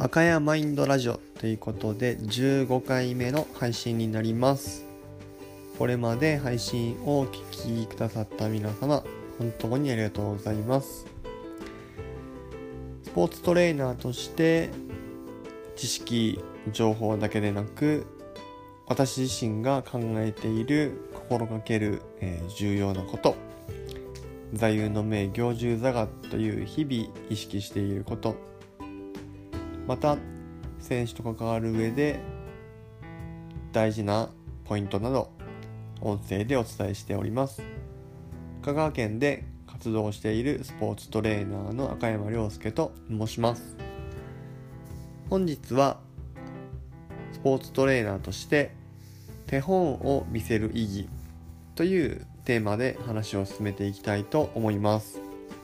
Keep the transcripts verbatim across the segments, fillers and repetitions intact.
赤谷マインドラジオということでじゅうごかいめの配信になります。これまで配信をお聞きくださった皆様、本当にありがとうございます。スポーツトレーナーとして知識、情報だけでなく、私自身が考えている、心がける、えー、重要なこと、座右の銘行住座学という日々意識していること、また選手と関わる上で大事なポイントなど音声でお伝えしております。香川県で活動しているスポーツトレーナーの赤山亮介と申します。本日はスポーツトレーナーとして手本を見せる意義というテーマで話を進めていきたいと思います。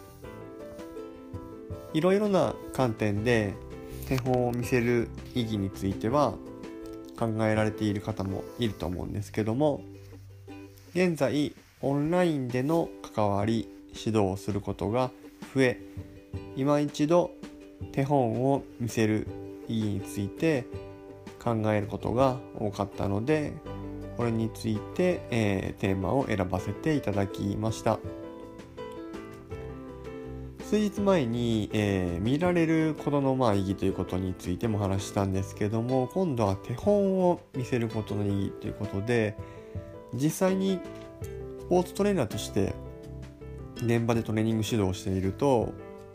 いろいろな観点で手本を見せる意義については考えられている方もいると思うんですけども、現在オンラインでの関わり指導をすることが増え、今一度手本を見せる意義について考えることが多かったので、これについて、えー、テーマを選ばせていただきました。数日前に、えー、見られることのまあ意義ということについても話したんですけども、今度は手本を見せることの意義ということで、実際にスポーツトレーナーとして現場でトレーニング指導をしていると、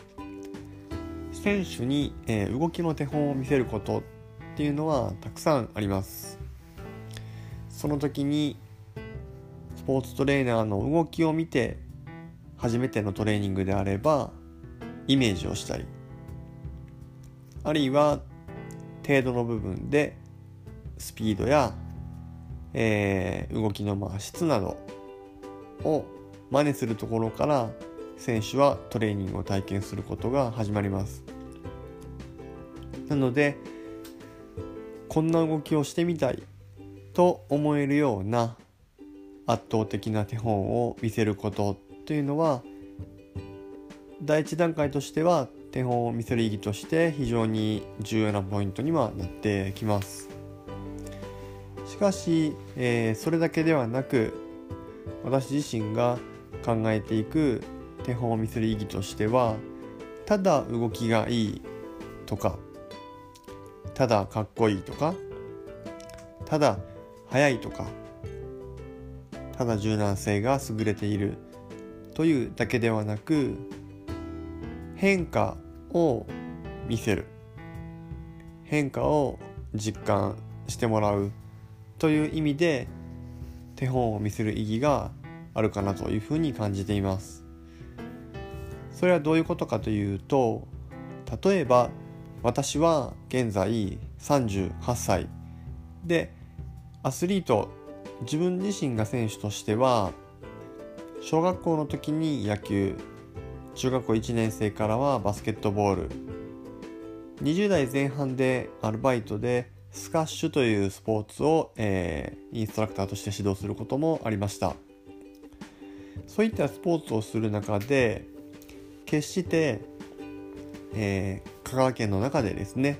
選手に、えー、動きの手本を見せることっていうのはたくさんあります。その時にスポーツトレーナーの動きを見て、初めてのトレーニングであればイメージをしたり、あるいは程度の部分でスピードや、えー、動きのまあ質などを真似するところから選手はトレーニングを体験することが始まります。なので、こんな動きをしてみたいと思えるような圧倒的な手本を見せることというのは、第一段階としては手本を見せる意義として非常に重要なポイントにはなってきます。しかし、えー、それだけではなく、私自身が考えていく手本を見せる意義としては、ただ動きがいいとか、ただかっこいいとか、ただ速いとか、ただ柔軟性が優れているというだけではなく、変化を見せる、変化を実感してもらうという意味で手本を見せる意義があるかなというふうに感じています。それはどういうことかというと、例えば私は現在さんじゅうはっさいで、アスリート、自分自身が選手としては小学校の時に野球、中学校いちねん生からはバスケットボール、にじゅう代前半でアルバイトでスカッシュというスポーツを、えー、インストラクターとして指導することもありました。そういったスポーツをする中で、決して、えー、香川県の中でですね、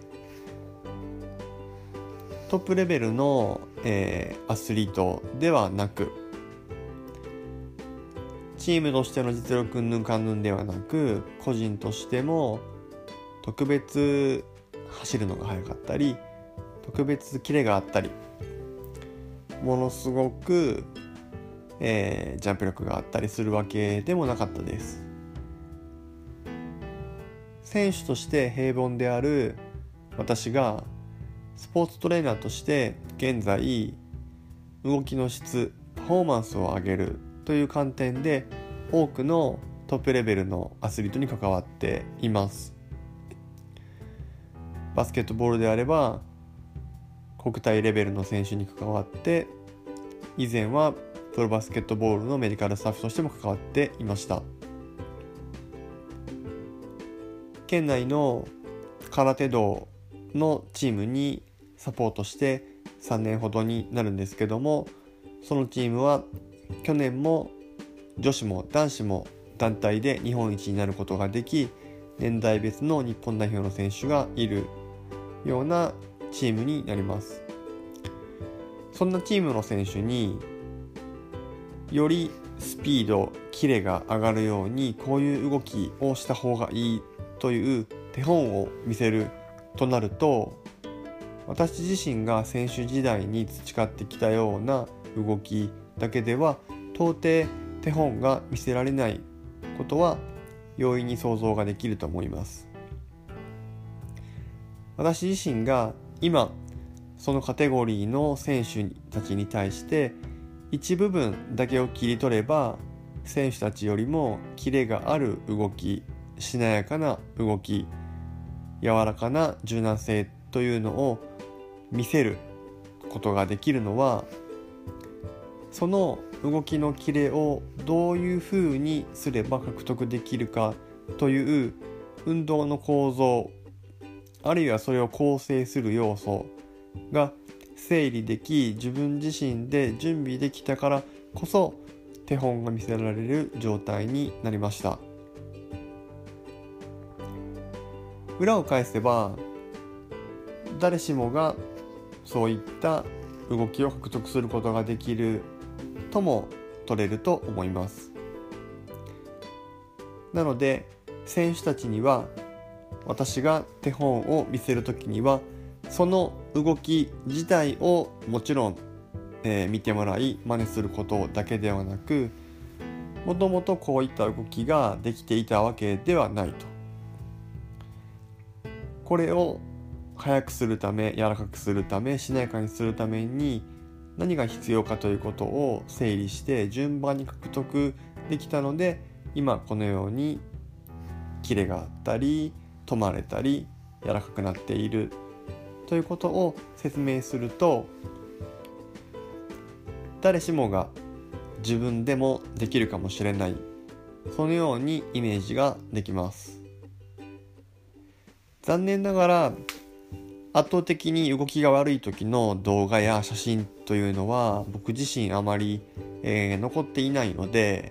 トップレベルの、えー、アスリートではなく、チームとしての実力云々かんぬんではなく、個人としても特別走るのが速かったり、特別キレがあったり、ものすごく、えー、ジャンプ力があったりするわけでもなかったです。選手として平凡である私がスポーツトレーナーとして現在動きの質、パフォーマンスを上げるという観点で多くのトップレベルのアスリートに関わっています。バスケットボールであれば国体レベルの選手に関わって、以前はプロバスケットボールのメディカルスタッフとしても関わっていました。県内の空手道のチームにサポートしてさんねんほどになるんですけども、そのチームは去年も女子も男子も団体で日本一になることができ、年代別の日本代表の選手がいるようなチームになります。そんなチームの選手によりスピード、キレが上がるようにこういう動きをした方がいいという手本を見せるとなると、私自身が選手時代に培ってきたような動きだけでは到底手本が見せられないことは容易に想像ができると思います。私自身が今そのカテゴリーの選手たちに対して一部分だけを切り取れば、選手たちよりもキレがある動き、しなやかな動き、柔らかな柔軟性というのを見せることができるのは、その動きのキレをどういうふうにすれば獲得できるかという運動の構造、あるいはそれを構成する要素が整理でき、自分自身で準備できたからこそ手本が見せられる状態になりました。裏を返せば、誰しもがそういった動きを獲得することができるとも取れると思います。なので選手たちには、私が手本を見せるときにはその動き自体をもちろん、えー、見てもらい真似することだけではなく、もともとこういった動きができていたわけではないと。これを速くするため、柔らかくするため、しなやかにするために何が必要かということを整理して順番に獲得できたので、今このようにキレがあったり止まれたり柔らかくなっているということを説明すると、誰しもが自分でもできるかもしれない、そのようにイメージができます。残念ながら圧倒的に動きが悪い時の動画や写真というのは僕自身あまり、えー、残っていないので、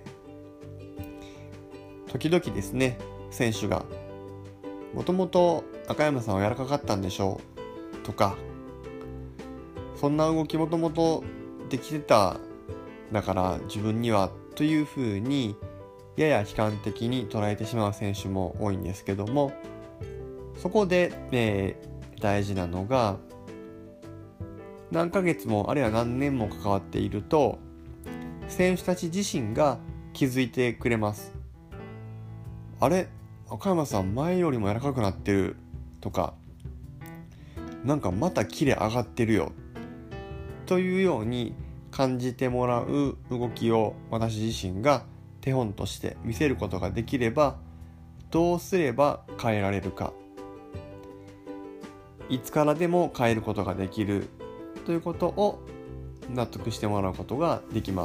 時々ですね、選手がもともと赤山さんは柔らかかったんでしょうとか、そんな動きもともとできてただから自分にはというふうにやや悲観的に捉えてしまう選手も多いんですけども、そこで、えー、大事なのが、何ヶ月もあるいは何年も関わっていると選手たち自身が気づいてくれます。あれ、赤山さん前よりも柔らかくなってるとか、なんかまたキレ上がってるよというように感じてもらう動きを私自身が手本として見せることができれば、どうすれば変えられるか、いつからでも変えることができるということを納得してもらうことができます。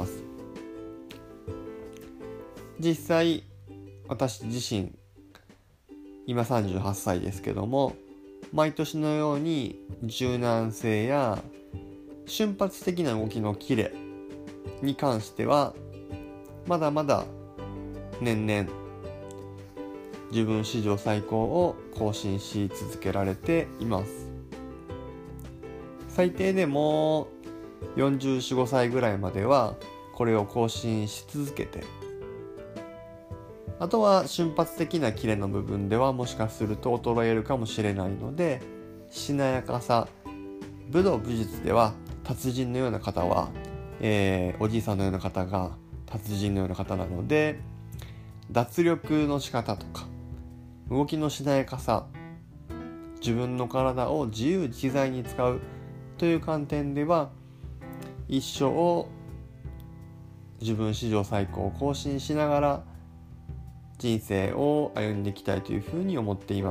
実際私自身今さんじゅうはっさいですけども、毎年のように柔軟性や瞬発的な動きのキレに関してはまだまだ年々自分史上最高を更新し続けられています。最低でもよんじゅうよん、ごさいぐらいまではこれを更新し続けて、あとは瞬発的なキレの部分ではもしかすると衰えるかもしれないので、しなやかさ、武道武術では達人のような方は、えー、おじいさんのような方が達人のような方なので、脱力の仕方とか動きのしなやかさ、自分の体を自由自在に使うという観点では一生自分史上最高を更新しながら人生を歩んでいきたいというふうに思っています。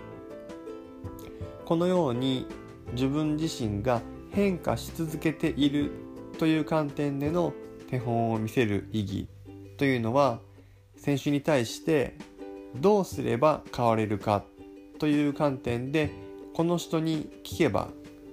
このように自分自身が変化し続けているという観点での手本を見せる意義というのは、選手に対してどうすれば変われるかという観点でこの人に聞けば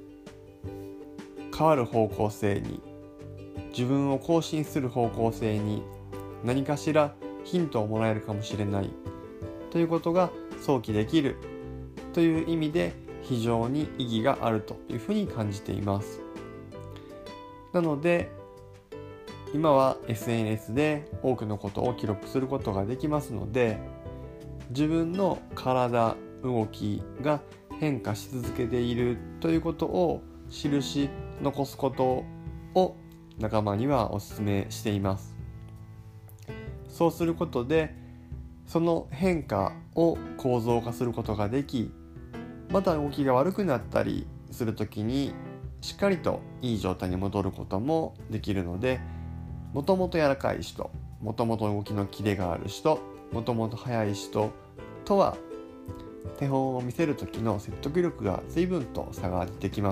変わる方向性に、自分を更新する方向性に何かしらヒントをもらえるかもしれないということが想起できるという意味で、 非常に意義があるというふうに感じています。なので今は エスエヌエス で多くのことを記録することができますので、自分の体、動きが変化し続けているということを記し残すことを仲間にはお勧めしています。そうすることでその変化を構造化することができ、また動きが悪くなったりするときにしっかりといい状態に戻ることもできるので、もともと柔らかい人、もともと動きのキレがある人、もともと速い人とは手本を見せる時の説得力が随分と差が出てきます。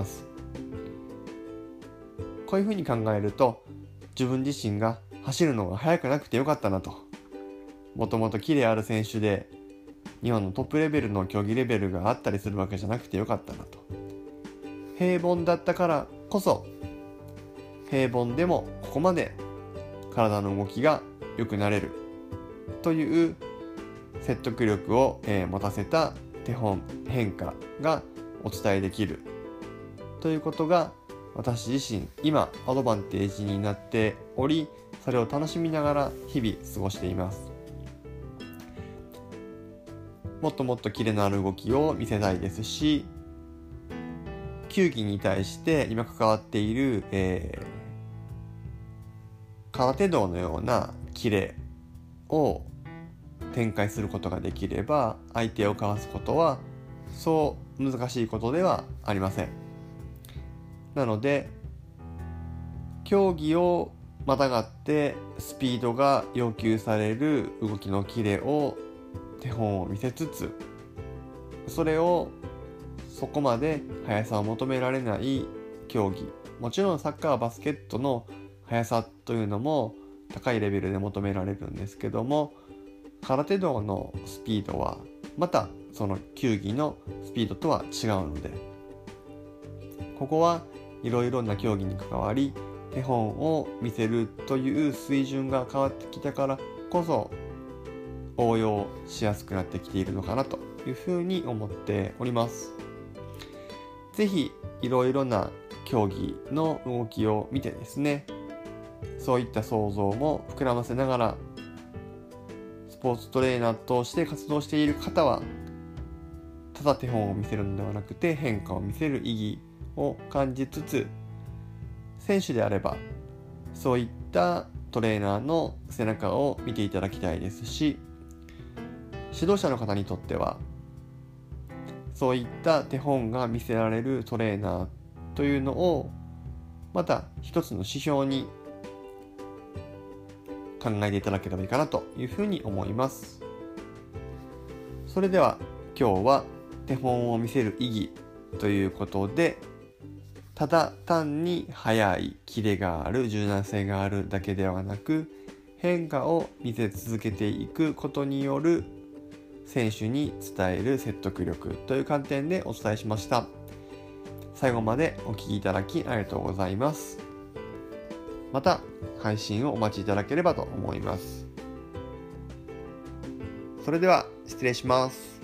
こういうふうに考えると、自分自身が走るのが速くなくてよかったなと、もともとキレある選手で日本のトップレベルの競技レベルがあったりするわけじゃなくてよかったなと、平凡だったからこそ平凡でもここまで体の動きが良くなれるという説得力を、えー、持たせた手本変化がお伝えできるということが、私自身今アドバンテージになっており、それを楽しみながら日々過ごしています。もっともっとキレのある動きを見せたいですし、球技に対して今関わっている、えー空手道のようなキレを展開することができれば、相手をかわすことはそう難しいことではありません。なので競技をまたがってスピードが要求される動きのキレを手本を見せつつ、それをそこまで速さを求められない競技、もちろんサッカーバスケットの速さというのも高いレベルで求められるんですけども、空手道のスピードはまたその球技のスピードとは違うので、ここはいろいろな競技に関わり手本を見せるという水準が変わってきたからこそ応用しやすくなってきているのかなというふうに思っております。ぜひいろいろな競技の動きを見てですね、そういった想像も膨らませながら、スポーツトレーナーとして活動している方はただ手本を見せるのではなくて変化を見せる意義を感じつつ、選手であればそういったトレーナーの背中を見ていただきたいですし、指導者の方にとってはそういった手本が見せられるトレーナーというのをまた一つの指標に考えていただければいいかなというふうに思います。それでは今日は手本を見せる意義ということで、ただ単に速い、キレがある、柔軟性があるだけではなく、変化を見せ続けていくことによる選手に伝える説得力という観点でお伝えしました。最後までお聞きいただきありがとうございます。また配信をお待ちいただければと思います。それでは失礼します。